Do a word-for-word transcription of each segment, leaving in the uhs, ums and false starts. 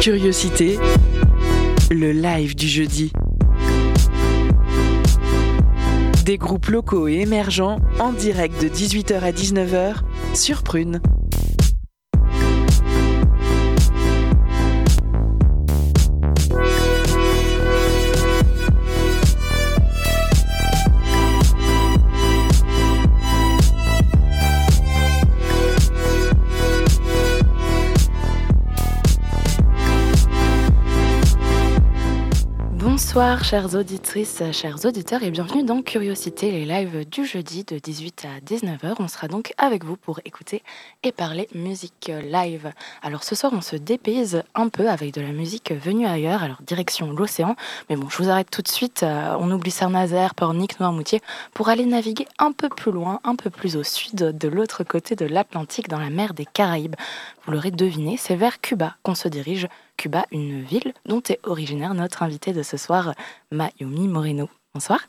Curiosité, le live du jeudi. Des groupes locaux et émergents en direct de dix-huit heures à dix-neuf heures sur Prune. Bonsoir chères auditrices, chers auditeurs et bienvenue dans Curiosité, les lives du jeudi de dix-huit à dix-neuf heures. On sera donc avec vous pour écouter et parler musique live. Alors ce soir on se dépayse un peu avec de la musique venue ailleurs, alors direction l'océan. Mais bon, je vous arrête tout de suite, euh, on oublie Saint-Nazaire, Pornic, Noirmoutier pour aller naviguer un peu plus loin, un peu plus au sud, de l'autre côté de l'Atlantique, dans la mer des Caraïbes. Vous l'aurez deviné, c'est vers Cuba qu'on se dirige. Cuba, une ville dont est originaire notre invité de ce soir, Mayumi Moreno. Bonsoir.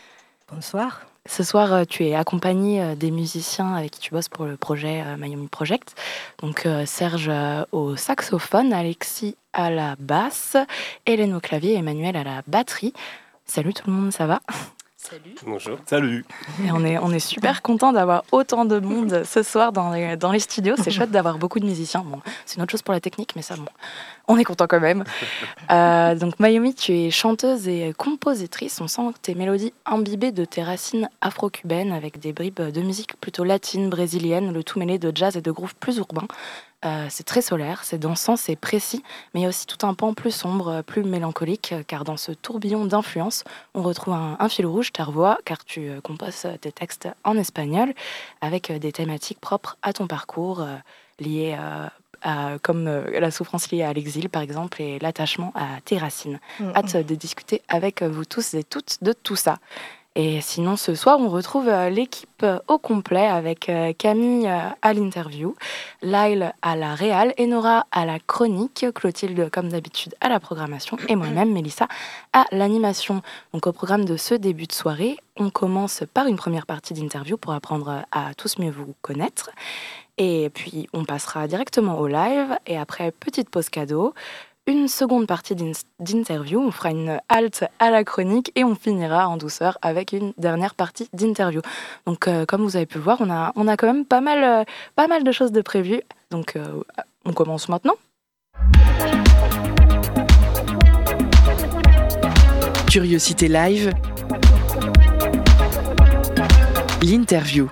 Bonsoir. Ce soir, tu es accompagné des musiciens avec qui tu bosses pour le projet Mayumi Project. Donc Serge au saxophone, Alexis à la basse, Hélène au clavier et Emmanuel à la batterie. Salut tout le monde, ça va ? Salut. Bonjour. Salut. Et on est, on est super content d'avoir autant de monde ce soir dans les, dans les studios. C'est chouette d'avoir beaucoup de musiciens. Bon, c'est une autre chose pour la technique, mais ça, bon, on est content quand même. Euh, donc Mayumi, tu es chanteuse et compositrice. On sent tes mélodies imbibées de tes racines afro-cubaines avec des bribes de musique plutôt latine, brésilienne, le tout mêlé de jazz et de groove plus urbain. Euh, c'est très solaire, c'est dansant, c'est précis, mais il y a aussi tout un pan plus sombre, plus mélancolique, car dans ce tourbillon d'influence, on retrouve un, un fil rouge, ta voix, car tu euh, composes tes textes en espagnol, avec euh, des thématiques propres à ton parcours, euh, liées euh, à, comme euh, la souffrance liée à l'exil, par exemple, et l'attachement à tes racines. Mmh. Hâte de discuter avec vous tous et toutes de tout ça. Et sinon, ce soir, on retrouve l'équipe au complet avec Camille à l'interview, Lyle à la réal, Enora à la chronique, Clotilde, comme d'habitude, à la programmation et moi-même, Mélissa, à l'animation. Donc, au programme de ce début de soirée, on commence par une première partie d'interview pour apprendre à tous mieux vous connaître. Et puis, on passera directement au live et après, petite pause cadeau. Une seconde partie d'interview, on fera une halte à la chronique et on finira en douceur avec une dernière partie d'interview. Donc, euh, comme vous avez pu le voir, on a, on a quand même pas mal, euh, pas mal de choses de prévues. Donc, euh, on commence maintenant. Curiosité live, l'interview.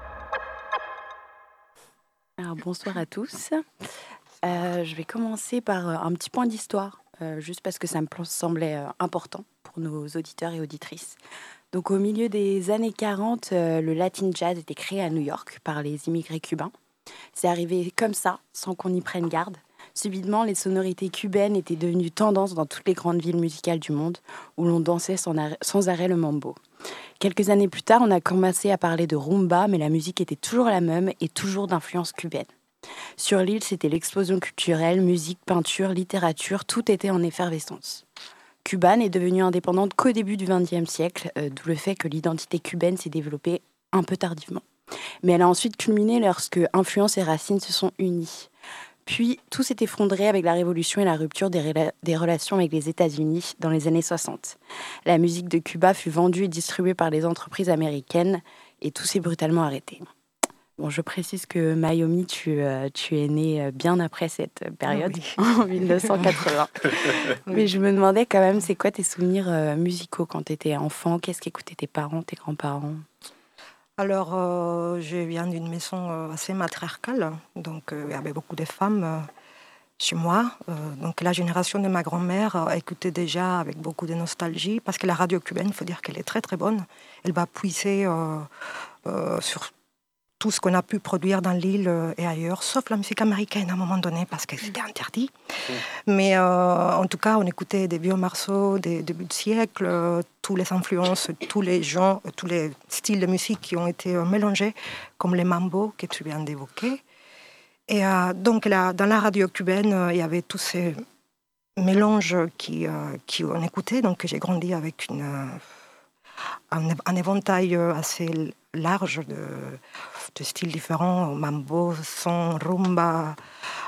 Alors, bonsoir à tous. Euh, je vais commencer par un petit point d'histoire, euh, juste parce que ça me semblait euh, important pour nos auditeurs et auditrices. Donc, au milieu des années quarante, euh, le Latin Jazz était créé à New York par les immigrés cubains. C'est arrivé comme ça, sans qu'on y prenne garde. Subitement, les sonorités cubaines étaient devenues tendance dans toutes les grandes villes musicales du monde, où l'on dansait sans arrêt, sans arrêt le mambo. Quelques années plus tard, on a commencé à parler de rumba, mais la musique était toujours la même et toujours d'influence cubaine. Sur l'île, c'était l'explosion culturelle, musique, peinture, littérature, tout était en effervescence. Cuba n'est devenue indépendante qu'au début du vingtième siècle, euh, d'où le fait que l'identité cubaine s'est développée un peu tardivement. Mais elle a ensuite culminé lorsque influence et racines se sont unies. Puis, tout s'est effondré avec la Révolution et la rupture des, rela- des relations avec les États-Unis dans les années soixante. La musique de Cuba fut vendue et distribuée par les entreprises américaines et tout s'est brutalement arrêté. Bon, je précise que Mayumi, tu, euh, tu es née bien après cette période, oui. En dix-neuf cent quatre-vingts. Oui. Mais je me demandais quand même, c'est quoi tes souvenirs euh, musicaux quand tu étais enfant ? Qu'est-ce qu'écoutaient tes parents, tes grands-parents ? Alors, euh, je viens d'une maison euh, assez matriarcale, donc euh, il y avait beaucoup de femmes euh, chez moi. Euh, donc, la génération de ma grand-mère euh, écoutait déjà avec beaucoup de nostalgie, parce que la radio cubaine, il faut dire qu'elle est très très bonne. Elle va puiser euh, euh, sur tout ce qu'on a pu produire dans l'île et ailleurs, sauf la musique américaine à un moment donné, parce que c'était interdit. Mmh. Mais euh, en tout cas, on écoutait des vieux morceaux des débuts de siècle, euh, toutes les influences, tous les genres, tous les styles de musique qui ont été euh, mélangés, comme les mambo que tu viens d'évoquer. Et euh, donc, là, dans la radio cubaine, euh, il y avait tous ces mélanges qui, euh, qui on écoutait. Donc, j'ai grandi avec une, euh, un, un éventail assez large de, de styles différents, mambo, son, rumba,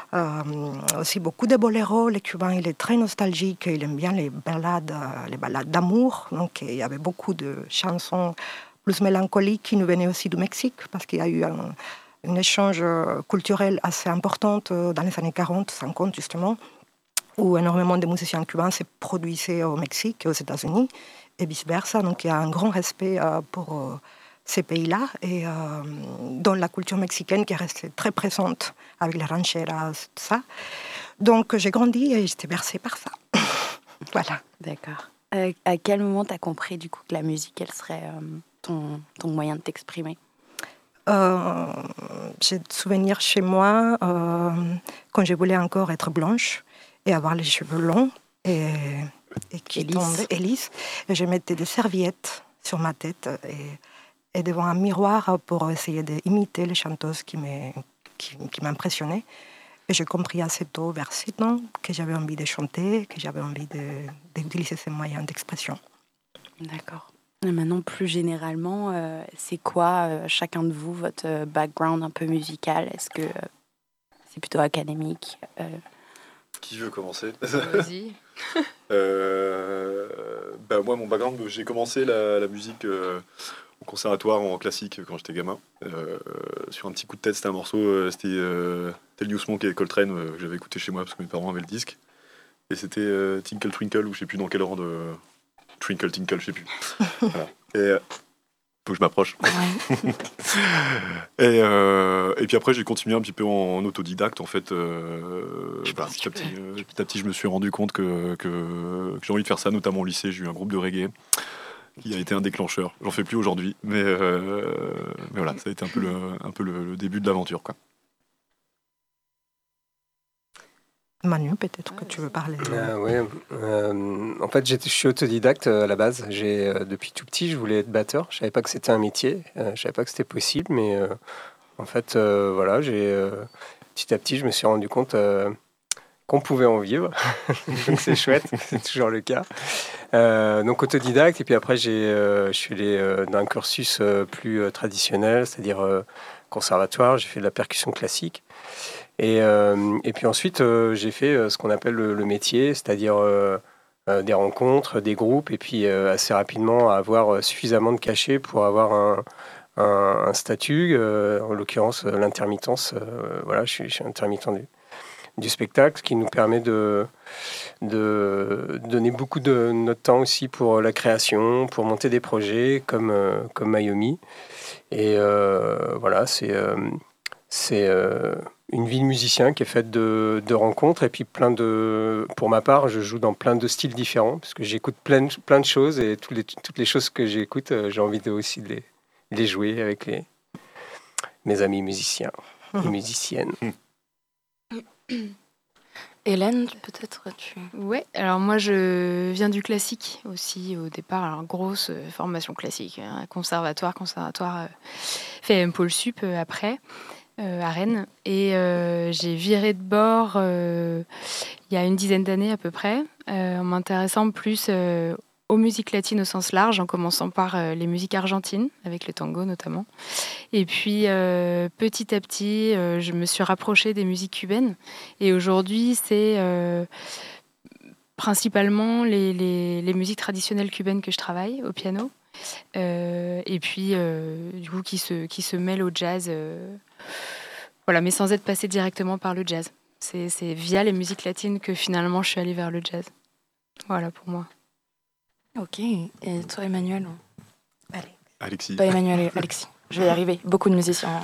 Euh, aussi beaucoup de boléros. Le cubain, il est très nostalgique. Il aime bien les ballades, les ballades d'amour. Donc, il y avait beaucoup de chansons plus mélancoliques qui nous venaient aussi du Mexique parce qu'il y a eu un, un échange culturel assez important dans les années quarante, cinquante justement, où énormément de musiciens cubains se produisaient au Mexique et aux États-Unis et vice-versa. Donc, il y a un grand respect pour ces pays-là, et euh, dans la culture mexicaine qui est restée très présente avec les rancheras, tout ça. Donc j'ai grandi et j'étais bercée par ça. Voilà. D'accord. Euh, à quel moment tu as compris du coup que la musique, elle serait euh, ton, ton moyen de t'exprimer? euh, J'ai des souvenirs chez moi euh, quand je voulais encore être blanche et avoir les cheveux longs et, et qui tombaient, et lisses. Et je mettais des serviettes sur ma tête et et devant un miroir pour essayer d'imiter les chanteuses qui, qui, qui m'impressionnaient. Et j'ai compris assez tôt, vers sept ans, que j'avais envie de chanter, que j'avais envie de, d'utiliser ces moyens d'expression. D'accord. Et maintenant, plus généralement, euh, c'est quoi, euh, chacun de vous, votre euh, background un peu musical? Est-ce que euh, c'est plutôt académique? euh... Qui veut commencer? Vas-y. euh, bah, moi, mon background, j'ai commencé la, la musique... Euh, au conservatoire en classique quand j'étais gamin. Euh, sur un petit coup de tête, c'était un morceau, euh, c'était euh, Tell You Smoke et Coltrane euh, que j'avais écouté chez moi parce que mes parents avaient le disque. Et c'était euh, Tinkle Twinkle, ou je sais plus dans quel ordre de... Twinkle Tinkle, je sais plus. Voilà. Et euh, faut que je m'approche. Ouais. et, euh, et puis après, j'ai continué un petit peu en, en autodidacte en fait. Euh, bah, petit, à petit, euh, petit à petit, je me suis rendu compte que, que, que j'ai envie de faire ça, notamment au lycée. J'ai eu un groupe de reggae qui a été un déclencheur. J'en fais plus aujourd'hui, mais, euh, mais voilà, ça a été un peu le, un peu le, le début de l'aventure, quoi. Manu, peut-être que tu veux parler. Euh, oui, euh, en fait, je suis autodidacte à la base. J'ai, euh, depuis tout petit, je voulais être batteur. Je savais pas que c'était un métier, euh, je savais pas que c'était possible, mais euh, en fait, euh, voilà, j'ai euh, petit à petit, je me suis rendu compte euh, qu'on pouvait en vivre. Donc c'est chouette, c'est toujours le cas. Euh, donc autodidacte, et puis après j'ai, euh, je suis allé euh, d'un cursus euh, plus euh, traditionnel, c'est-à-dire euh, conservatoire. J'ai fait de la percussion classique, et, euh, et puis ensuite euh, j'ai fait euh, ce qu'on appelle le, le métier, c'est-à-dire euh, euh, des rencontres, des groupes, et puis euh, assez rapidement avoir suffisamment de cachet pour avoir un, un, un statut, euh, en l'occurrence euh, l'intermittence. Euh, voilà, je suis, je suis intermittent du du spectacle, qui nous permet de, de donner beaucoup de notre temps aussi pour la création, pour monter des projets comme, euh, comme Mayomi. Et euh, voilà, c'est, euh, c'est euh, une vie de musicien qui est faite de, de rencontres, et puis plein de... Pour ma part, je joue dans plein de styles différents, parce que j'écoute plein, plein de choses, et toutes les, toutes les choses que j'écoute, j'ai envie de, aussi de les, de les jouer avec les, mes amis musiciens et musiciennes. Hélène, peut-être tu... Ouais, alors moi je viens du classique aussi au départ, alors grosse formation classique, hein, conservatoire, conservatoire, euh, fait un pôle sup euh, après, euh, à Rennes, et euh, j'ai viré de bord euh, il y a une dizaine d'années à peu près, euh, en m'intéressant plus euh, aux musiques latines au sens large, en commençant par euh, les musiques argentines, avec le tango notamment. Et puis, euh, petit à petit, euh, je me suis rapprochée des musiques cubaines. Et aujourd'hui, c'est euh, principalement les, les, les musiques traditionnelles cubaines que je travaille au piano. Euh, et puis, euh, du coup, qui se, qui se mêlent au jazz. Euh, voilà, mais sans être passée directement par le jazz. C'est, c'est via les musiques latines que finalement, je suis allée vers le jazz. Voilà pour moi. Ok. Et toi, Emmanuel? Allez. Alexis. Pas Emmanuel, Alexis. Je vais y arriver. Beaucoup de musiciens.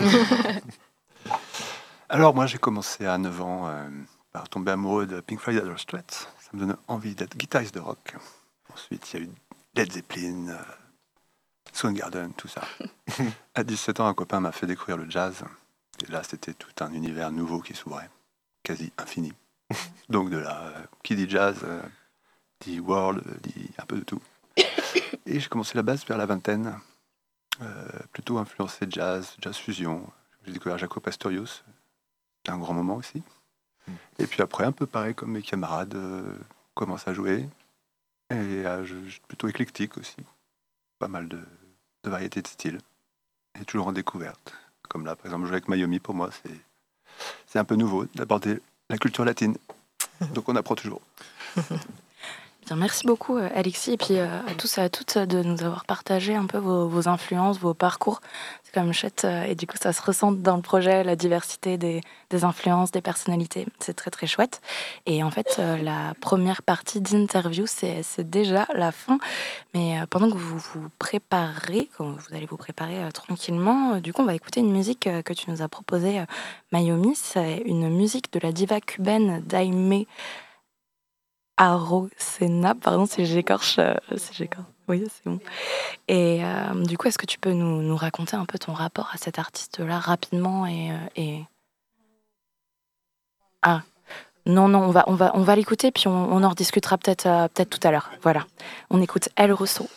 Alors, moi, j'ai commencé à neuf ans euh, par tomber amoureux de Pink Floyd et Dire Straits. Ça me donnait envie d'être guitariste de rock. Ensuite, il y a eu Led Zeppelin, euh, Soundgarden, tout ça. À dix-sept ans, un copain m'a fait découvrir le jazz. Et là, c'était tout un univers nouveau qui s'ouvrait, quasi infini. Donc de là, euh, qui dit jazz, euh, dit world, dit un peu de tout. Et j'ai commencé la basse vers la vingtaine, euh, plutôt influencé jazz, jazz fusion. J'ai découvert Jaco Pastorius, c'était un grand moment aussi. Mm. Et puis après, un peu pareil comme mes camarades, euh, commencent à jouer. Et euh, je, je suis plutôt éclectique aussi, pas mal de, de variétés de styles. Et toujours en découverte. Comme là, par exemple, jouer avec Mayomi, pour moi, c'est, c'est un peu nouveau d'aborder la culture latine. Donc on apprend toujours. Bien, merci beaucoup Alexis et puis euh, à tous et à toutes de nous avoir partagé un peu vos, vos influences, vos parcours. C'est quand même chouette euh, et du coup ça se ressent dans le projet, la diversité des, des influences, des personnalités. C'est très très chouette. Et en fait euh, la première partie d'interview c'est, c'est déjà la fin. Mais euh, pendant que vous vous préparez, quand vous allez vous préparer euh, tranquillement, euh, du coup on va écouter une musique euh, que tu nous as proposée euh, Mayomi. C'est une musique de la diva cubaine Daime Arocena, pardon si j'écorche, euh, si j'écorche. Oui, c'est bon. Et euh, du coup, est-ce que tu peux nous, nous raconter un peu ton rapport à cet artiste-là rapidement et, euh, et... Ah, non, non, on va, on va, on va l'écouter puis on, on en rediscutera peut-être, euh, peut-être tout à l'heure. Voilà, on écoute El Russo.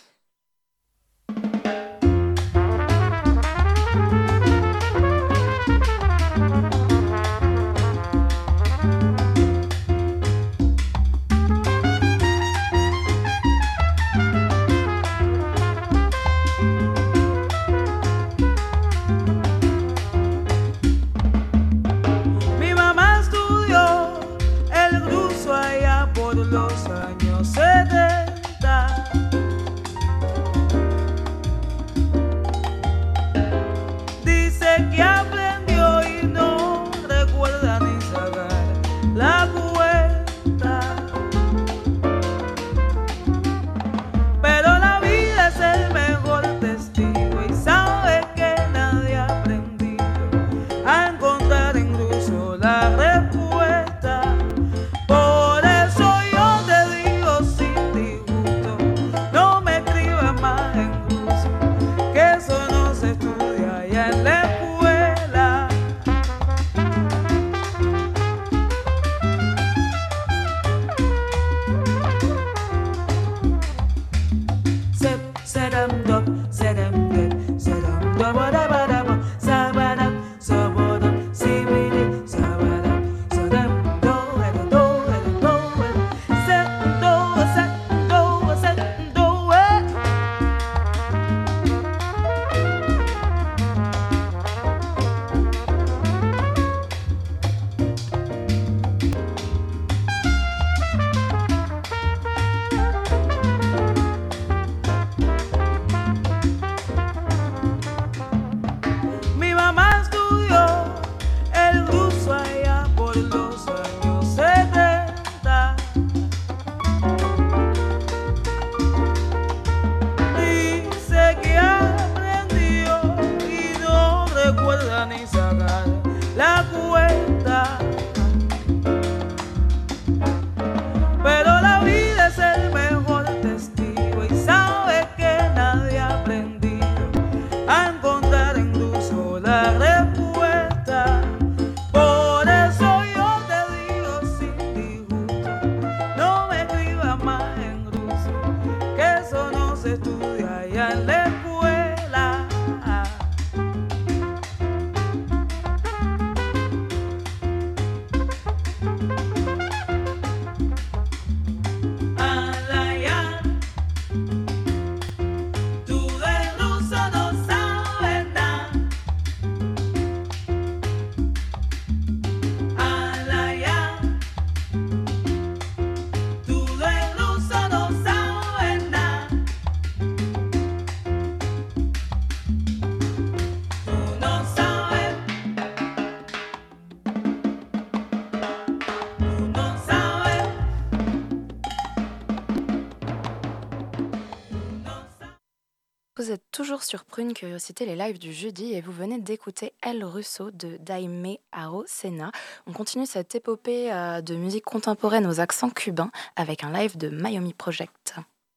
Vous êtes toujours sur Prune Curiosité, les lives du jeudi, et vous venez d'écouter El Russo de Daime Arocena. On continue cette épopée euh, de musique contemporaine aux accents cubains avec un live de Mayomi Project.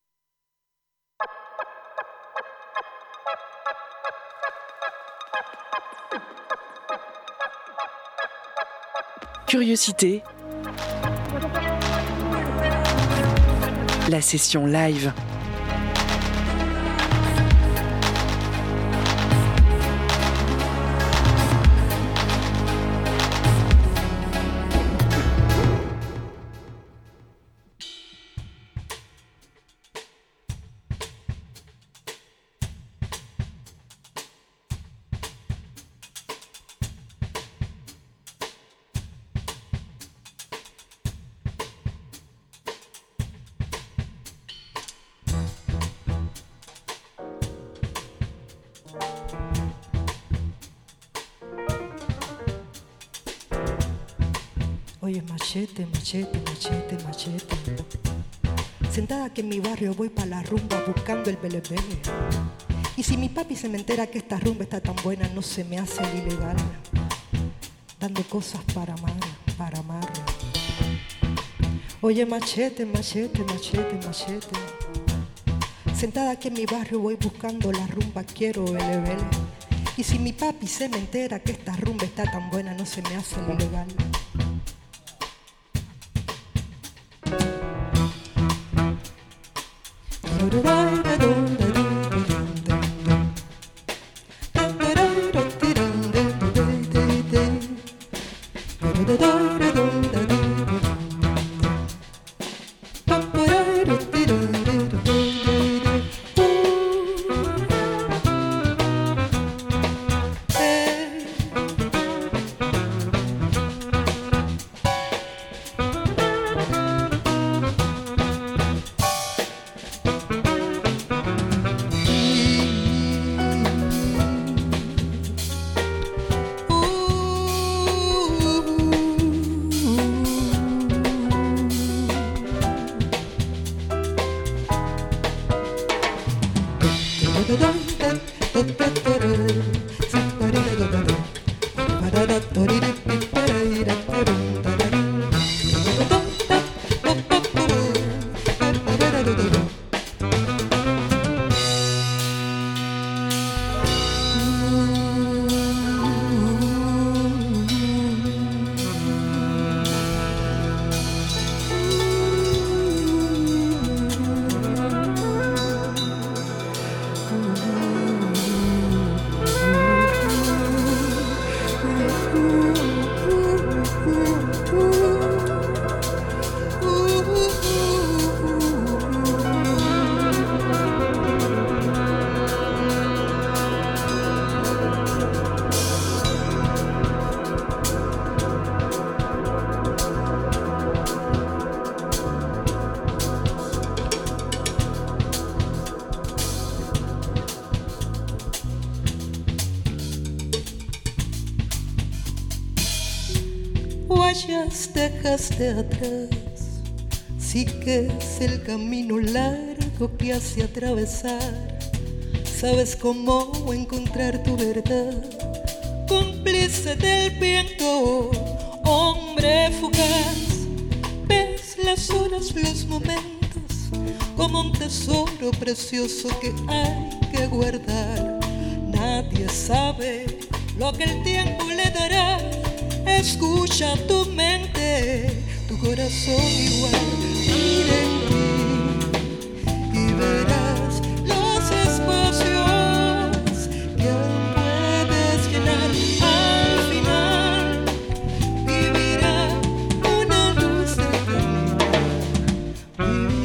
Curiosité. La session live. Oye, machete, machete, machete, machete. Sentada aquí en mi barrio voy pa' la rumba buscando el bele bele. Y si mi papi se me entera que esta rumba está tan buena, no se me hace el ilegal. Dando cosas para amar, para amar. Oye, machete, machete, machete, machete. Sentada aquí en mi barrio voy buscando la rumba, quiero bele bele. Y si mi papi se me entera que esta rumba está tan buena, no se me hace el ilegal. Dejaste atrás, sí que es el camino largo que hace atravesar. Sabes cómo encontrar tu verdad, cómplice del viento, hombre fugaz. Ves las horas, los momentos, como un tesoro precioso que hay que guardar. Nadie sabe lo que el tiempo le dará. Escucha tu mente, tu corazón igual. Mira en ti y verás los espacios que aún puedes llenar. Al final vivirá una luz de camino.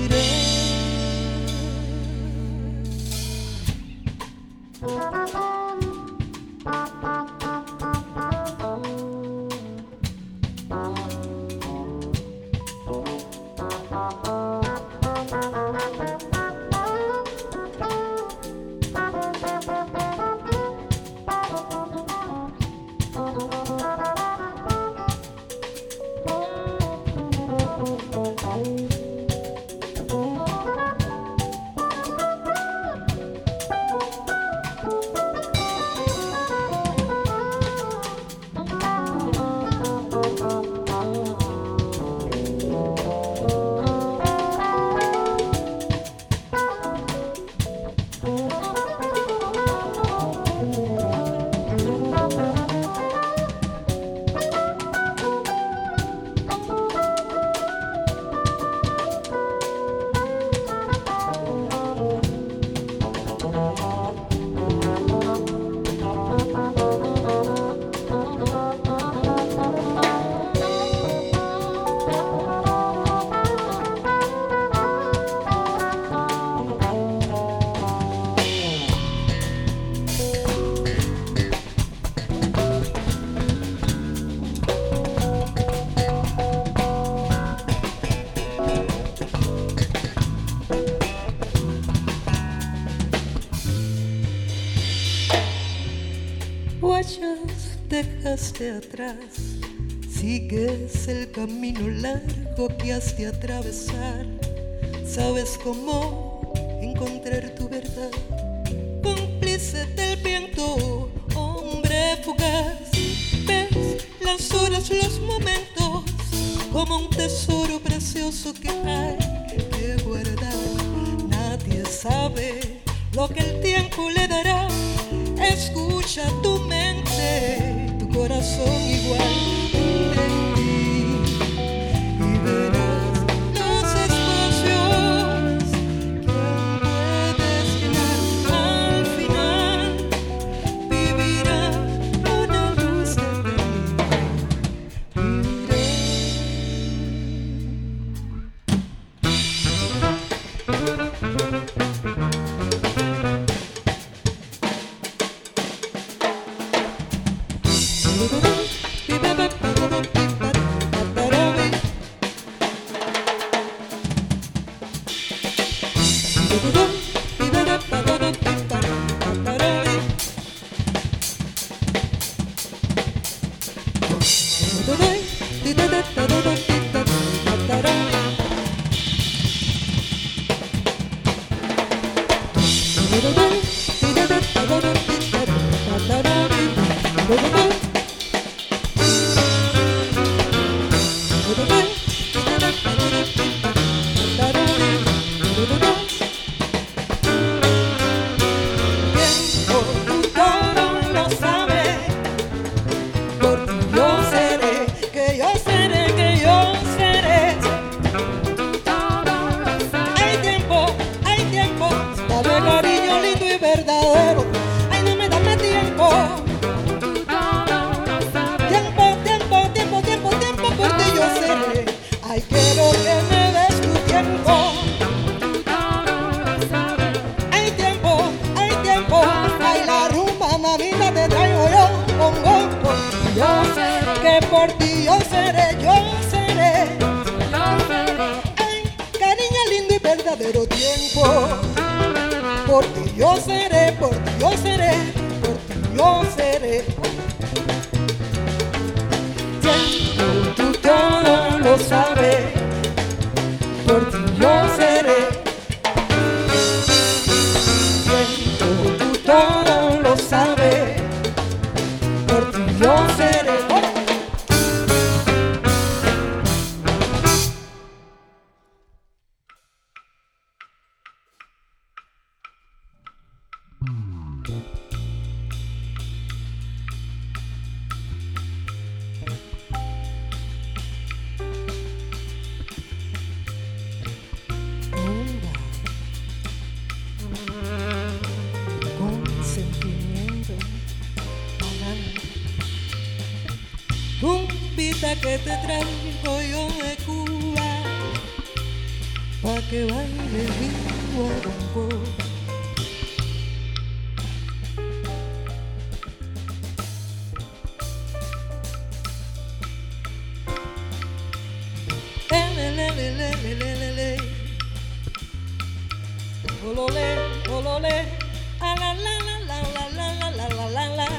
Huellas dejaste atrás, Sigues el camino largo que has de atravesar. Sabes cómo encontrar tu verdad. Cómplice del viento, hombre fugaz. Ves las horas, los momentos como un tesoro precioso que hay que guardar. Nadie sabe lo que el tiempo le dará. Escucha tu mente, tu corazón igual en ti, y verás los espacios que puedes llenar. Al final vivirá una luz eterna. Cumbita que te traigo yo de Cuba, pa' que baile mi guaguancó. Olole, olole, a la la la la la la la la la la.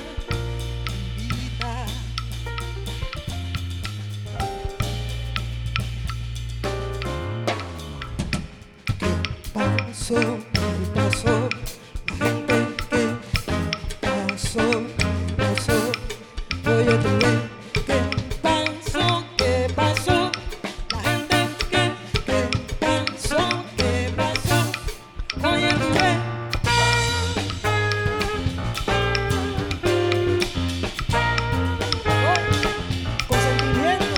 Pasó, pasó, la gente que pasó, pasó, oye tú ves, que pasó, que pasó, la gente que, que pasó, que pasó, oye tú ves. Con sentimiento.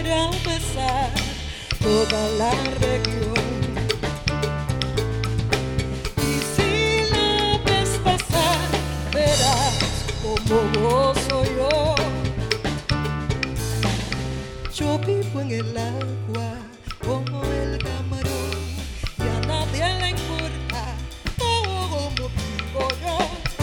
vuelve a besar toda la región. Y si la ves pasar, verás como gozo yo. Yo vivo en el agua como el camarón y a nadie le importa cómo vivo yo.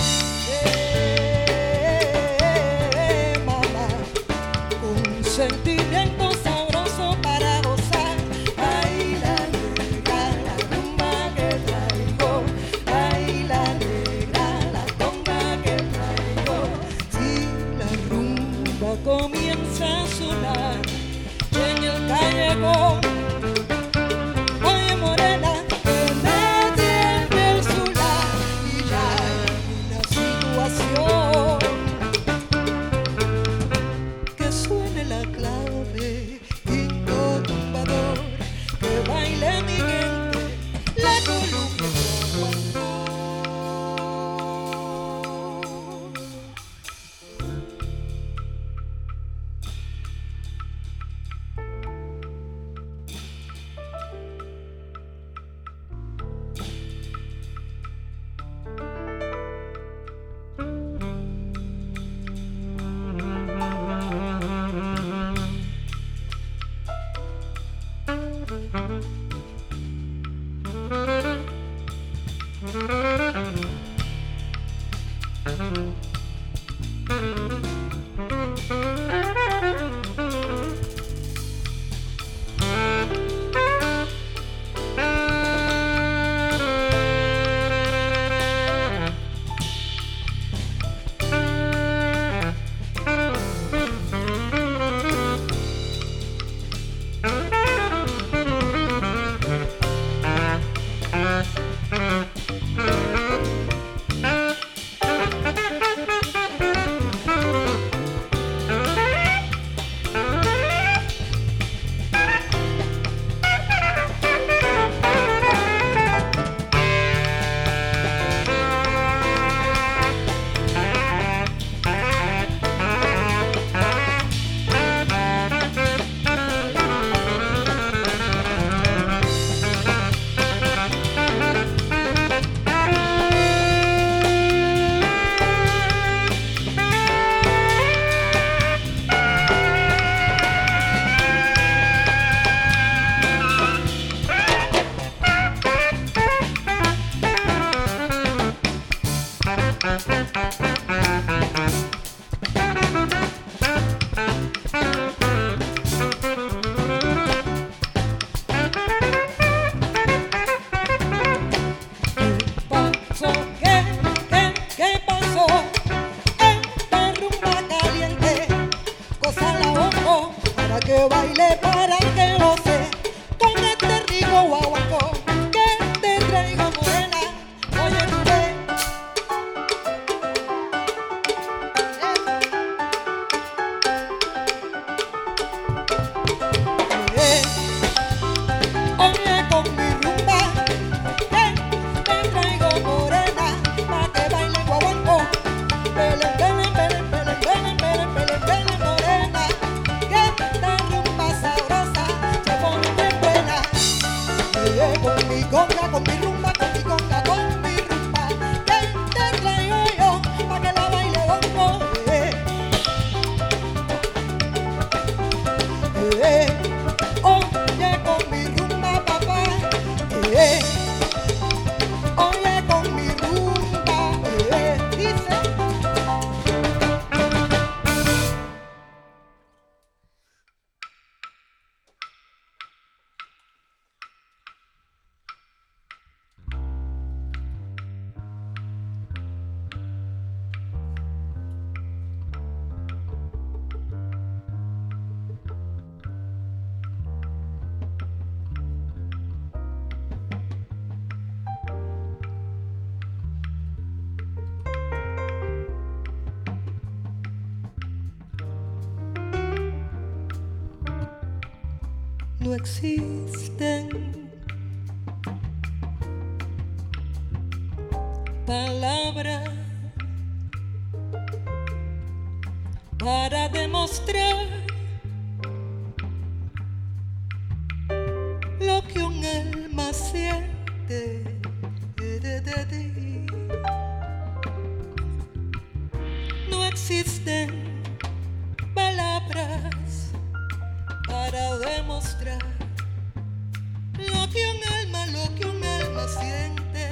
Eh, mamá, un sentimiento sabroso para gozar. Ay, la negra, la rumba que traigo. Ay, la negra, la conga que traigo. Si la rumba comienza a sonar en el callejón, oye morena, que me tiende el solar y ya hay una situación. Que suene la clave, quinto tumbador, que baile mi gente, la columna guaguancó. Pasó, ¿qué, qué, qué pasó? Esta rumba caliente, cosa la ojo, para que baile, para que goce, con este rico guaguancó, que te traigo morena, oye tú ve. Eh, oye con mi rumba, que te traigo morena, pa' que baile guaguancó. Pele, pele, pele, pele, pele, pele, pele, pele, morena, que esta rumba sabrosa se pone bien buena. Eh, con mi conga, con mi rumba, con mi conga, con mi rumba, que te traigo yo, pa' que la baile bongo. Eh, eh, oye con mi rumba, papá. Eh, oye con mi rumba. Eh, dice. No existen palabras para demostrar alma siente de, de ti. No existen palabras para demostrar lo que un alma, lo que un alma siente.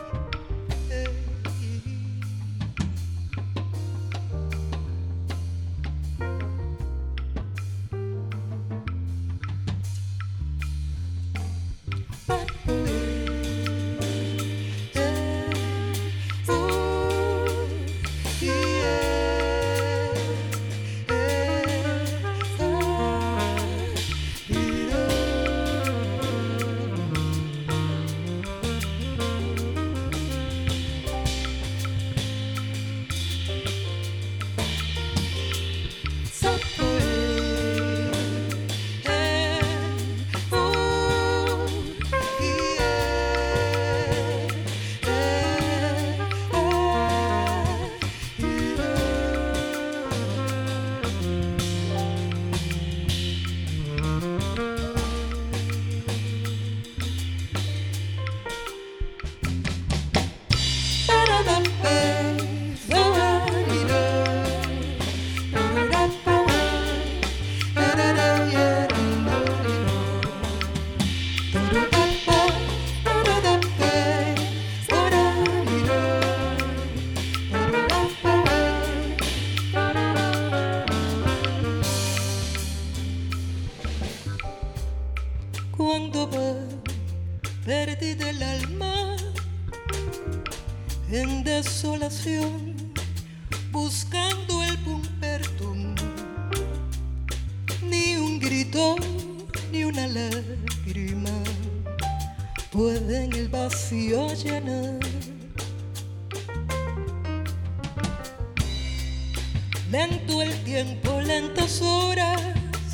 Cuando va perdida el alma en desolación, buscando el pumpertum, ni un grito ni una lágrima pueden el vacío llenar. Lento el tiempo, lentas horas,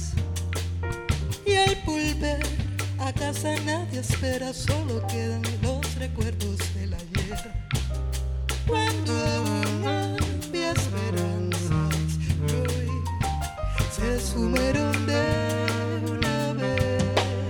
y al volver a casa nadie espera, solo quedan los recuerdos del ayer. Cuando aún había esperanzas, hoy se sumaron de una vez.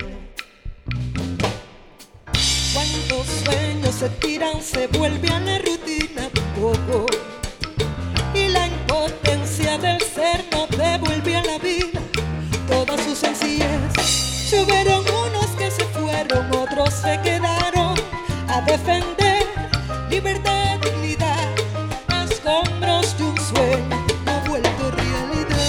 Cuando sueños se tiran, se vuelve a la rutina poco, y la impotencia del ser no devuelve a la vida toda su sencillez. Hubieron unos que se fueron, otros se quedaron a defender libertad, dignidad, escombros de un sueño no vuelto realidad.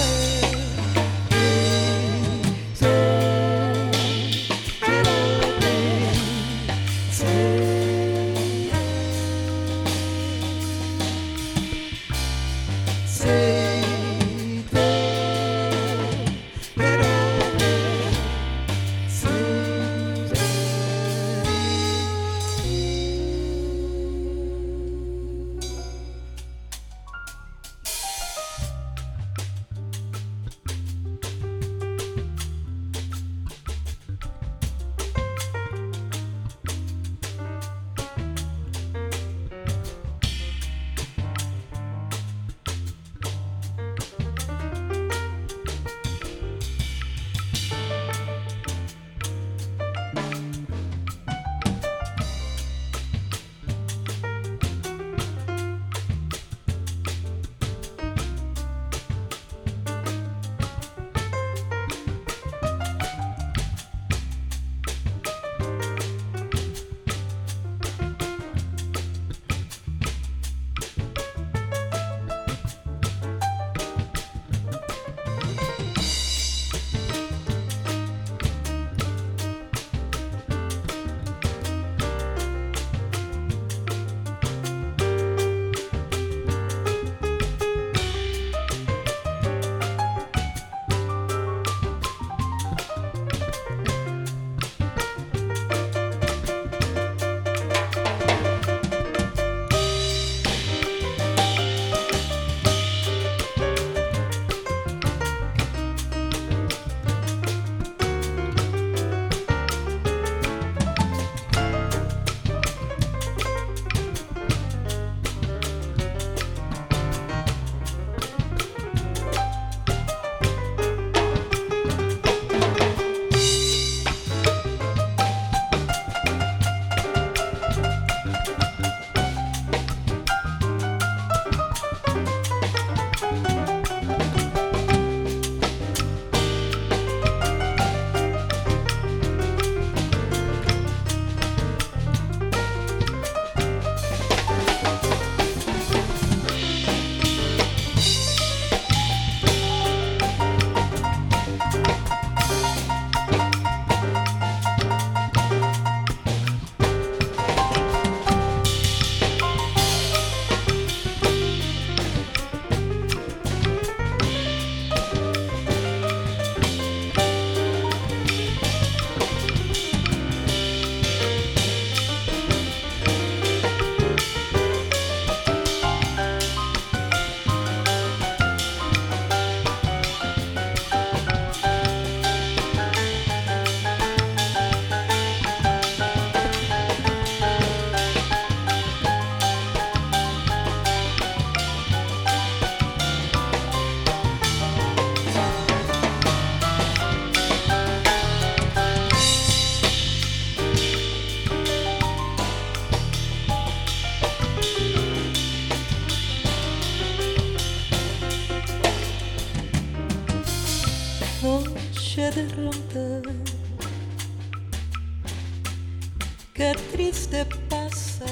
Qué triste pasas,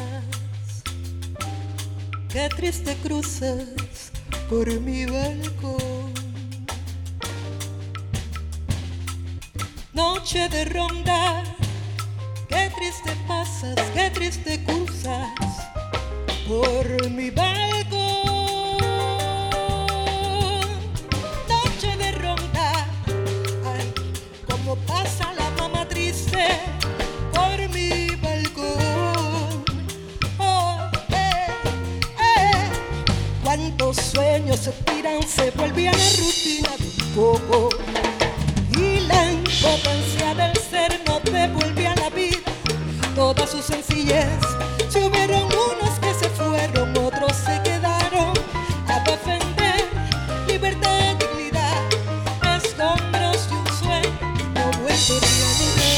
qué triste cruzas por mi balcón. Noche de ronda, qué triste pasas, qué triste cruzas por mi balcón. Noche de ronda, ay, como pasa la mamá triste por mi balcón. Oh, eh, eh. Cuántos sueños se tiran, se vuelve a la rutina de un poco. Y la impotencia del ser no devuelve a la vida toda su sencillez. Si hubieron unos que se fueron, otros se quedaron a defender libertad, dignidad, escombros de un sueño no vuelto realidad.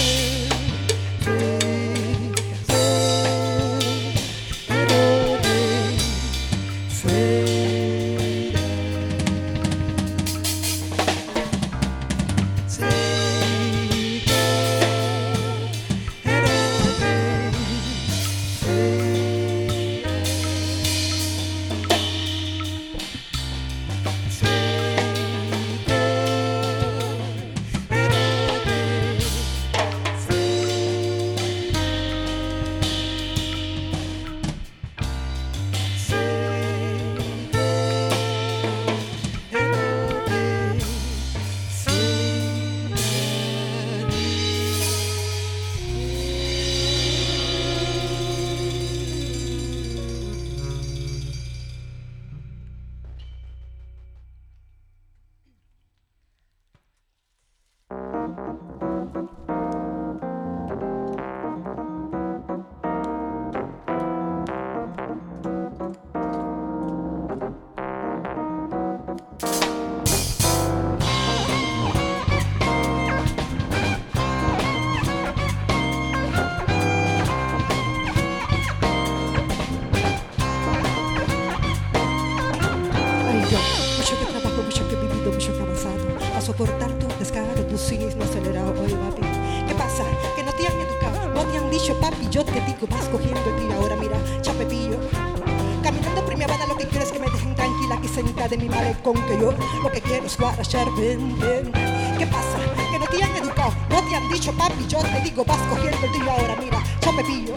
Soportar tu descaro, tu cinismo acelerado, oye papi. ¿Qué pasa? Que no te han educado, no te han dicho papi. Yo te digo, vas cogiendo el tiro. Ahora mira, chapepillo. Caminando por mi Habana, lo que quiero es que me dejen tranquila aquí sentada de mi malecón. Que yo lo que quiero es guarachar, ven, ven. ¿Qué pasa? Que no te han educado, no te han dicho papi. Yo te digo, vas cogiendo el tiro. Ahora mira, chapepillo.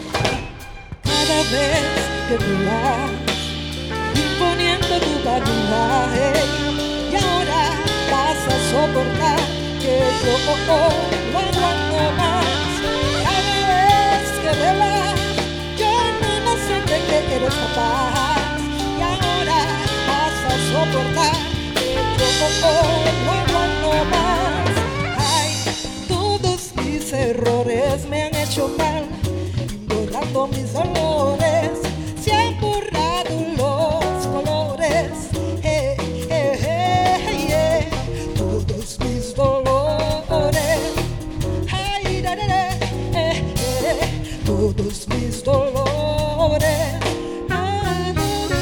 Cada vez que tú vas imponiendo tu barbarie, y ahora vas a soportar que yo no aguanto más. Cada vez que velas, yo no lo sé de que eres capaz. Y ahora vas a soportar que yo no aguanto más. Ay, todos mis errores me han hecho mal, borrando mis dolores, se han borrado los colores. Eh, eh, eh, eh. Todos mis dolores, ay, da, da, da, eh, eh, todos mis dolores. Ah, da, da,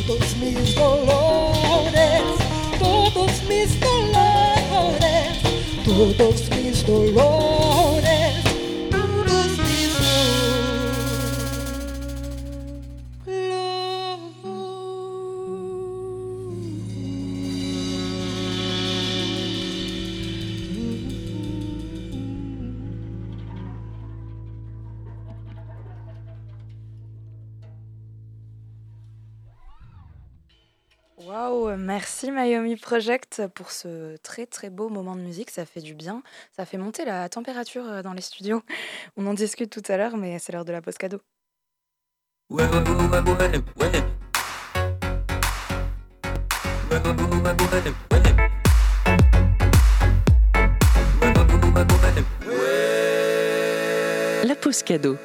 todos mis dolores, todos mis dolores, todos mis dolores, todos mis Waouh, merci Mayomi Project pour ce très très beau moment de musique, ça fait du bien, ça fait monter la température euh, dans les studios. On en discute tout à l'heure, mais c'est l'heure de la pause cadeau. Ouais, ouais, ouais, ouais, ouais, ouais. Ouais, ouais, ouais, ouais, ouais, ouais. Ouais, ouais, ouais, ouais, ouais, ouais. La pause cadeau.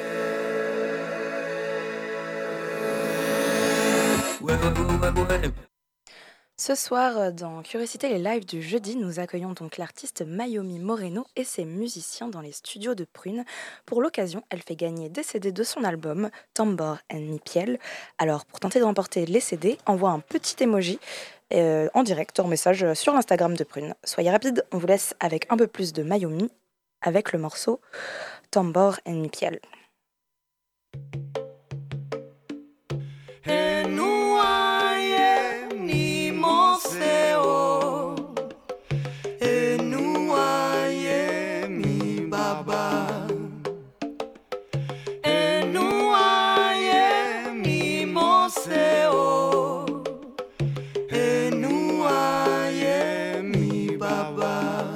Ouais, ouais, ouais, ouais, ouais. Ce soir, euh, dans Curiosité les lives du jeudi, nous accueillons donc l'artiste Mayomi Moreno et ses musiciens dans les studios de Prune. Pour l'occasion, elle fait gagner des C D de son album Tambor and Mipiel. Alors, pour tenter de remporter les C D, envoie un petit emoji euh, en direct en message sur l'Instagram de Prune. Soyez rapides, on vous laisse avec un peu plus de Mayomi avec le morceau Tambor and Mipiel. Enuaye ni moseo, enuaye mi baba, enuaye mi moseo, enuaye mi baba.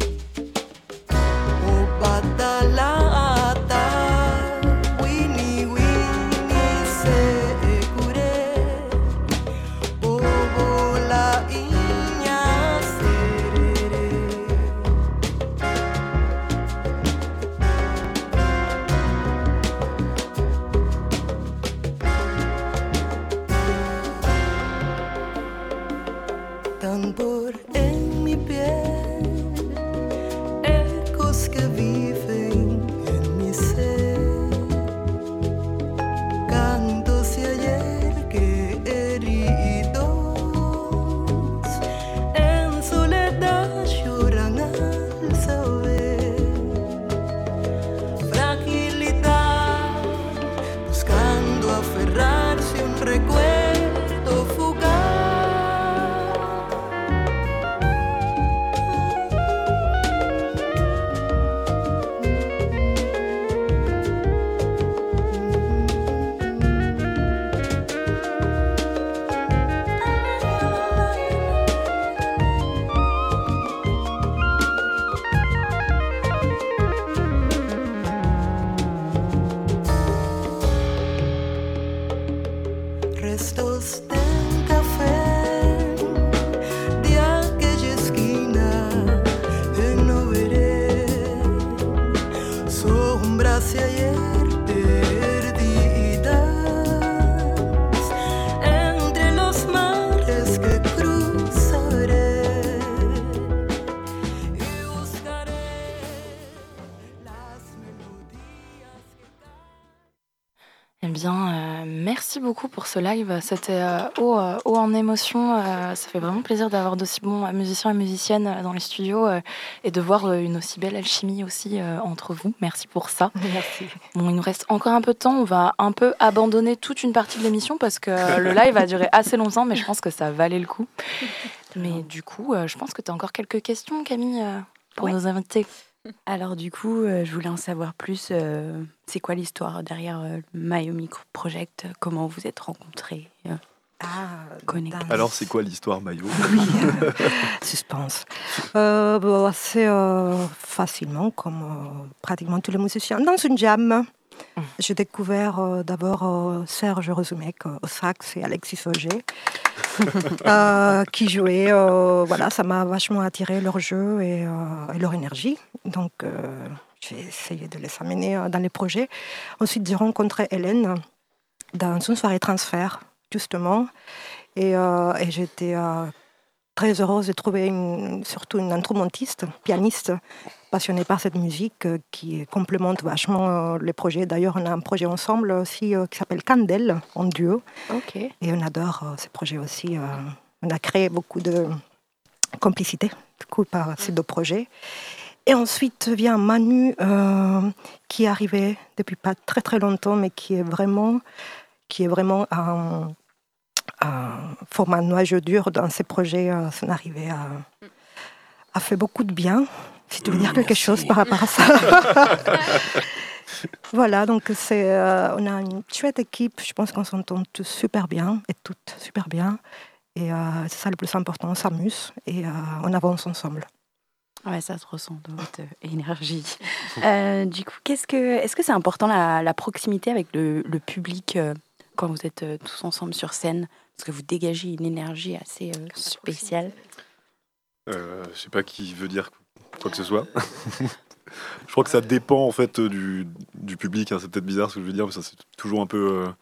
O batalata, wini wini se cure. Bola inya serere. Tambor en mi piel, ecos que viven en mi ser, cantos de ayer que heridos en soledad lloran al saber fragilidad, buscando aferrarse a un recuerdo fugaz. Restos de un café de aquella esquina que no veré, sombras de ayer perdidas entre los mares que cruzaré y buscaré las melodías que Eh bien, euh, merci beaucoup pour ce live. C'était euh, haut, euh, haut en émotion. Euh, ça fait vraiment plaisir d'avoir d'aussi bons euh, musiciens et musiciennes euh, dans les studios euh, et de voir euh, une aussi belle alchimie aussi euh, entre vous. Merci pour ça. Merci. Bon, il nous reste encore un peu de temps. On va un peu abandonner toute une partie de l'émission parce que euh, le live a duré assez longtemps, mais je pense que ça valait le coup. Mais du coup, euh, je pense que tu as encore quelques questions, Camille, euh, pour Ouais. nos invités. Alors du coup, euh, je voulais en savoir plus. euh, c'est quoi l'histoire derrière euh, Mayomi Project? Comment vous êtes rencontrés euh, Ah, connectés? dans- Alors, c'est quoi l'histoire Mayo? Oui, euh, suspense. Euh, bon, assez euh, facilement, comme euh, pratiquement tous les musiciens, dans une jam. J'ai découvert euh, d'abord euh, Serge Rozumec euh, au sax et Alexis Auger euh, qui jouaient. Euh, voilà, ça m'a vachement attiré leur jeu et, euh, et leur énergie. Donc, euh, j'ai essayé de les amener euh, dans les projets. Ensuite, j'ai rencontré Hélène dans une soirée transfert, justement. Et, euh, et j'étais euh, très heureuse de trouver une, surtout une instrumentiste, pianiste, passionnée par cette musique euh, qui complémente vachement euh, les projets. D'ailleurs, on a un projet ensemble aussi euh, qui s'appelle Candel, en duo. Ok. Et on adore euh, ces projets aussi. euh, on a créé beaucoup de complicité du coup, par ces deux projets. Et ensuite vient Manu, euh, qui est arrivé depuis pas très très longtemps, mais qui est vraiment, qui est vraiment un, un format noyau dur dans ces projets. Euh, son arrivée a, a fait beaucoup de bien, si tu veux dire quelque Merci. chose par rapport à ça. Voilà, donc c'est, euh, on a une chouette équipe. Je pense qu'on s'entend tous super bien et toutes super bien. Et euh, c'est ça le plus important, on s'amuse et euh, on avance ensemble. Ouais, ça se ressent dans votre énergie. Euh, du coup, qu'est-ce que, est-ce que c'est important la, la proximité avec le, le public euh, quand vous êtes euh, tous ensemble sur scène? Parce que vous dégagez une énergie assez euh, spéciale. Euh, je sais pas qui veut dire quoi que ce soit. Je crois que ça dépend en fait du, du public. Hein. C'est peut-être bizarre ce que je veux dire, mais ça c'est toujours un peu. Euh,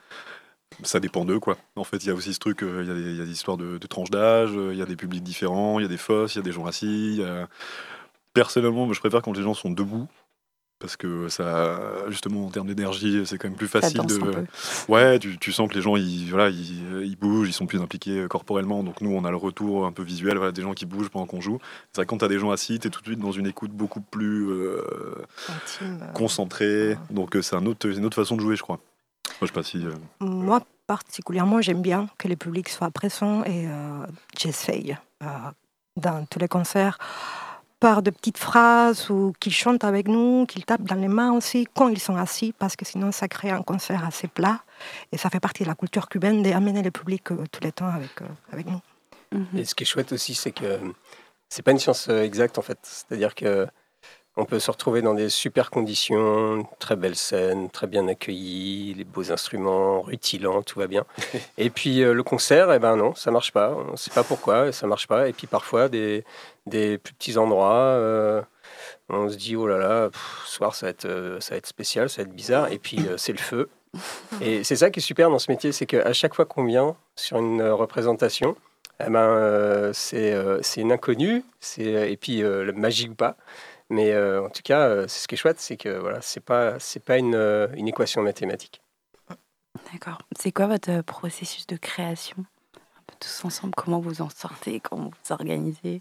ça dépend d'eux quoi. En fait, il y a aussi ce truc. Il euh, y, y a des histoires de, de tranches d'âge. Il euh, y a des publics différents. Il y a des fosses. Il y a des gens assis. Y a... Personnellement, moi, je préfère quand les gens sont debout. Parce que ça, justement, en termes d'énergie, c'est quand même plus facile de. Ouais, tu, tu sens que les gens, ils, voilà, ils, ils bougent, ils sont plus impliqués corporellement. Donc nous, on a le retour un peu visuel, voilà, des gens qui bougent pendant qu'on joue. C'est vrai que quand t'as des gens assis, t'es tout de suite dans une écoute beaucoup plus euh, Intime, euh, concentrée. ouais. Donc c'est un autre, une autre façon de jouer, je crois. Moi, je sais pas si. Euh... Moi, particulièrement, j'aime bien que le public soit présent et euh, j'essaye euh, dans tous les concerts. Par de petites phrases ou qu'ils chantent avec nous, qu'ils tapent dans les mains aussi quand ils sont assis, parce que sinon ça crée un concert assez plat et ça fait partie de la culture cubaine d'amener le public euh, tout le temps avec, euh, avec nous. Et ce qui est chouette aussi, c'est que c'est pas une science euh, exacte en fait. C'est-à-dire que on peut se retrouver dans des super conditions, très belles scènes, très bien accueillis, les beaux instruments, rutilants, tout va bien. Et puis euh, le concert, eh ben non, ça marche pas. On ne sait pas pourquoi, ça marche pas. Et puis parfois des, des plus petits endroits, euh, on se dit oh là là, pff, ce soir ça va être, euh, ça va être spécial, ça va être bizarre. Et puis euh, c'est le feu. Et c'est ça qui est super dans ce métier, c'est qu'à chaque fois qu'on vient sur une euh, représentation, eh ben euh, c'est euh, c'est une inconnue. C'est et puis euh, magie ou pas. Mais euh, en tout cas, euh, c'est ce qui est chouette, c'est que voilà, c'est pas c'est pas une, euh, une équation mathématique. D'accord. C'est quoi votre processus de création? Un peu tous ensemble, comment vous en sortez, comment vous vous organisez?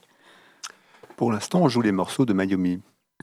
Pour l'instant, on joue les morceaux de Mayumi,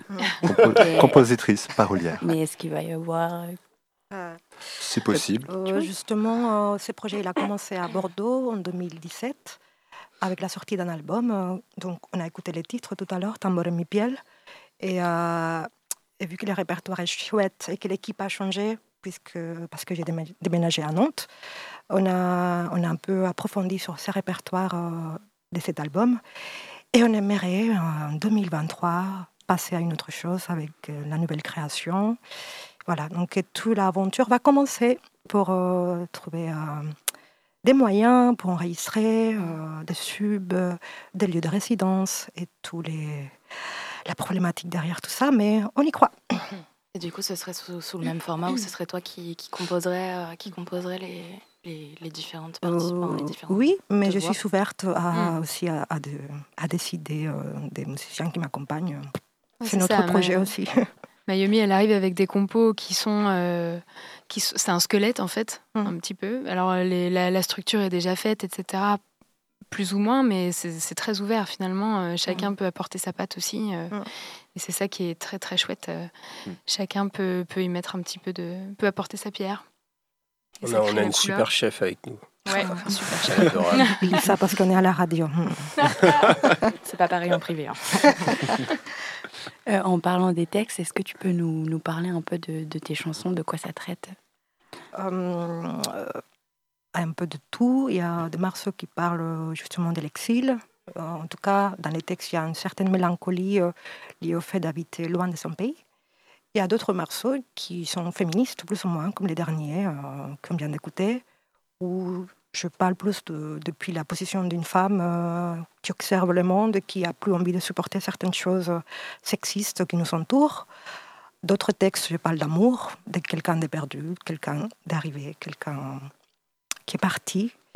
compo- compositrice, parolière. Mais est-ce qu'il va y avoir... Euh, C'est possible. euh, justement, euh, ce projet il a commencé à Bordeaux en deux mille dix-sept avec la sortie d'un album. Euh, donc, on a écouté les titres tout à l'heure, Tambor en mi piel. Et, euh, et vu que le répertoire est chouette et que l'équipe a changé, puisque, parce que j'ai démé- déménagé à Nantes, on a, on a un peu approfondi sur ce répertoire euh, de cet album. Et on aimerait, en deux mille vingt-trois, passer à une autre chose avec euh, la nouvelle création. Voilà, donc et toute l'aventure va commencer pour euh, trouver euh, des moyens pour enregistrer, euh, des subs, euh, des lieux de résidence et tous les... la problématique derrière tout ça, mais on y croit. Et du coup, ce serait sous, sous le même format ou ce serait toi qui, qui composerais, euh, qui composerait les, les, les différentes parties Euh, enfin, les différentes oui, mais je voix. suis ouverte à, Mm. aussi à, à, de- à décider euh, des musiciens qui m'accompagnent. Ouais, C'est c'est notre ça, projet mais- aussi. Mayumi, elle arrive avec des compos qui sont, euh, qui s- c'est un squelette en fait, Mm. un petit peu. Alors les- la, la structure est déjà faite, et cetera. Plus ou moins, mais c'est c'est très ouvert finalement. Euh, chacun peut apporter sa patte aussi, euh, Mm. et c'est ça qui est très très chouette. euh, Mm. Chacun peut, peut y mettre un petit peu de, peut apporter sa pierre. Et On ça a, crée on a la une couleur. super chef avec nous. Ouais, Ah. super C'est chouette. adorable. Je dis ça parce qu'on est à la radio. Mm. C'est pas pareil en privé. Hein. Euh, en parlant des textes, est-ce que tu peux nous, nous parler un peu de, de tes chansons, de quoi ça traite? Euh, euh, un peu de tout. Il y a des morceaux qui parlent justement de l'exil. Euh, en tout cas, dans les textes, il y a une certaine mélancolie euh, liée au fait d'habiter loin de son pays. Il y a d'autres morceaux qui sont féministes, plus ou moins, comme les derniers euh, qu'on vient d'écouter, où je parle plus de, depuis la position d'une femme euh, qui observe le monde, qui a plus envie de supporter certaines choses euh, sexistes qui nous entourent. D'autres textes, je parle d'amour, de quelqu'un de perdu, quelqu'un d'arrivé, quelqu'un qui est parti.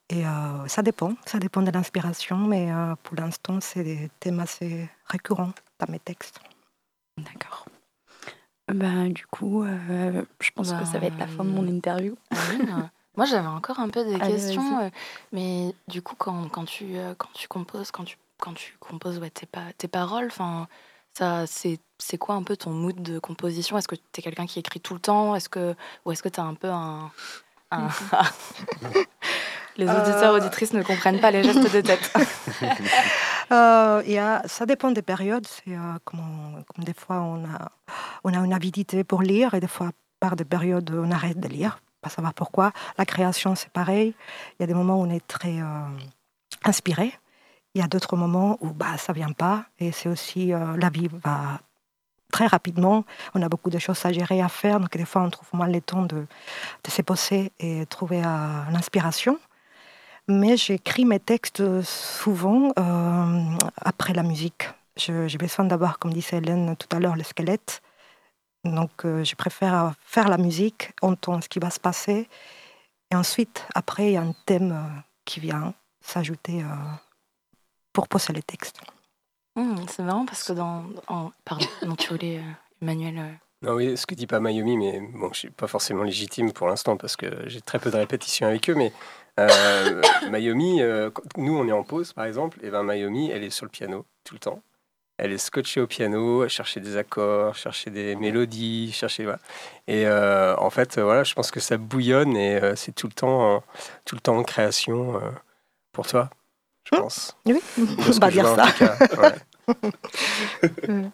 Et euh, ça dépend, ça dépend de l'inspiration, mais euh, pour l'instant, c'est des thèmes assez récurrents dans mes textes. D'accord. Bah, du coup, euh, je pense Bah, que ça va être la fin de mon interview. Aline, moi, j'avais encore un peu des Allez, questions, vas-y. euh, mais du coup, quand, quand, tu, euh, quand tu composes, quand tu, quand tu composes ouais, tes, pa- tes paroles, enfin, ça, c'est, c'est quoi un peu ton mood de composition? Est-ce que tu es quelqu'un qui écrit tout le temps? Est-ce que, ou est-ce que tu as un peu un... un... Les auditeurs, Euh. auditrices ne comprennent pas les gestes de tête. Euh, il y a, ça dépend des périodes. C'est euh, comme, on- comme des fois on a, on a une avidité pour lire et des fois par des périodes on arrête de lire, pas savoir pourquoi. La création c'est pareil. Il y a des moments où on est très euh, inspiré. Il y a d'autres moments où bah ça vient pas et c'est aussi euh, la vie va très rapidement. On a beaucoup de choses à gérer, à faire, donc des fois on trouve moins le temps de, de se poser et trouver euh, l'inspiration. Mais j'écris mes textes souvent euh, après la musique. Je- j'ai besoin d'avoir, comme disait Hélène tout à l'heure, le squelette. Donc euh, je préfère faire la musique, entendre ce qui va se passer. Et ensuite, après, il y a un thème euh, qui vient s'ajouter euh, pour poser les textes. Hum, c'est marrant parce que dans... en- Pardon, non, tu voulais, euh, Emmanuel... euh, Non, oui, ce que dit pas Mayumi, mais bon, je suis pas forcément légitime pour l'instant parce que j'ai très peu de répétitions avec eux, mais euh, Mayumi, euh, quand nous on est en pause par exemple, et ben Mayumi, elle est sur le piano tout le temps. Elle est scotchée au piano, à chercher des accords, chercher des mélodies, chercher voilà. Et euh, en fait, euh, voilà, je pense que ça bouillonne et euh, c'est tout le temps, euh, tout le temps en création euh, pour toi, je pense. Oui, De ce on va que je dire vois, en ça. tout cas, ouais.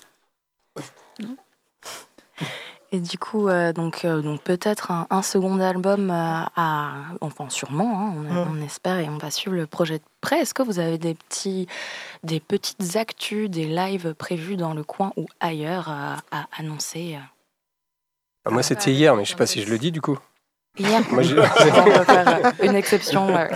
Et du coup, euh, donc, euh, donc peut-être un, un second album euh, à, enfin sûrement, hein, on, Mm. on espère et on va suivre le projet de près. Est-ce que vous avez des petits, des petites actus, des lives prévus dans le coin ou ailleurs à, à annoncer euh, Ah, moi, c'était hier, mais je sais pas si je le dis du coup. hier? Moi, j'ai- On va faire euh, une exception. euh.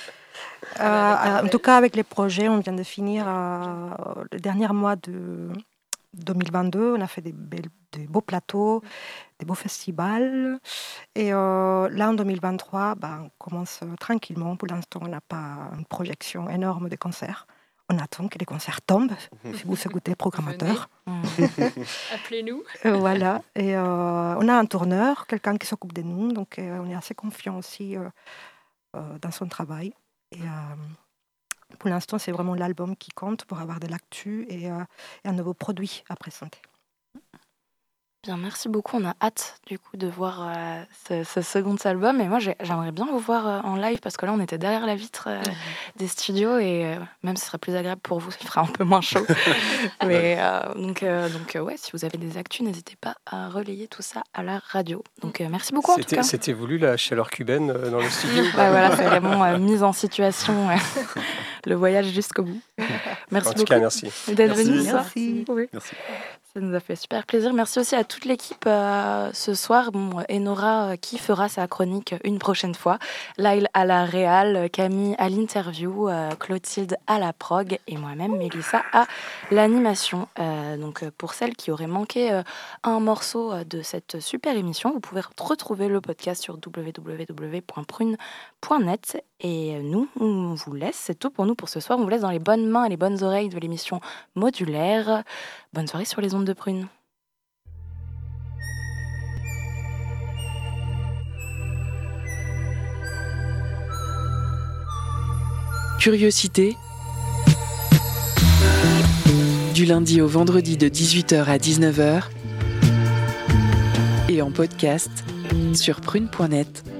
Euh, en tout cas, avec les projets, on vient de finir euh, le dernier mois de deux mille vingt-deux. On a fait des, belles- des beaux plateaux, des beaux festivals. Et euh, là, en deux mille vingt-trois, ben, on commence euh, tranquillement. Pour l'instant, on n'a pas une projection énorme de concerts. On attend que les concerts tombent, si vous écoutez programmateur. Hum. Appelez-nous. Euh, voilà. Et euh, on a un tourneur, quelqu'un qui s'occupe de nous. Donc, euh, on est assez confiant aussi euh, euh, dans son travail. Et euh, pour l'instant, c'est vraiment l'album qui compte pour avoir de l'actu et, euh, et un nouveau produit à présenter. Bien, merci beaucoup. On a hâte du coup de voir euh, ce, ce second album. Et moi, j'ai- j'aimerais bien vous voir euh, en live parce que là, on était derrière la vitre euh, des studios et euh, même ce serait plus agréable pour vous, il fera un peu moins chaud. Mais euh, donc, euh, donc euh, ouais, si vous avez des actus, n'hésitez pas à relayer tout ça à la radio. Donc, euh, merci beaucoup en tout C'était, cas. c'était voulu la chaleur cubaine euh, dans le studio ou Ouais, pas voilà, c'est vraiment euh, mise en situation, euh, le voyage jusqu'au bout. Merci En tout beaucoup cas, merci. d'être Merci. venu ce soir. Merci. Oui. Merci. Ça nous a fait super plaisir. Merci aussi à toute l'équipe euh, ce soir. Bon, Enora euh, qui fera sa chronique une prochaine fois. Lyle à la réal, Camille à l'interview, euh, Clotilde à la prog et moi-même, Mélissa, à l'animation. Euh, donc euh, pour celles qui auraient manqué euh, un morceau euh, de cette super émission, vous pouvez retrouver le podcast sur w w w point prune point net. Et nous, on vous laisse. C'est tout pour nous pour ce soir. On vous laisse dans les bonnes mains et les bonnes oreilles de l'émission Modulaire. Bonne soirée sur les ondes de Prune. Curiosité. Du lundi au vendredi de dix-huit heures à dix-neuf heures. Et en podcast sur prune point net.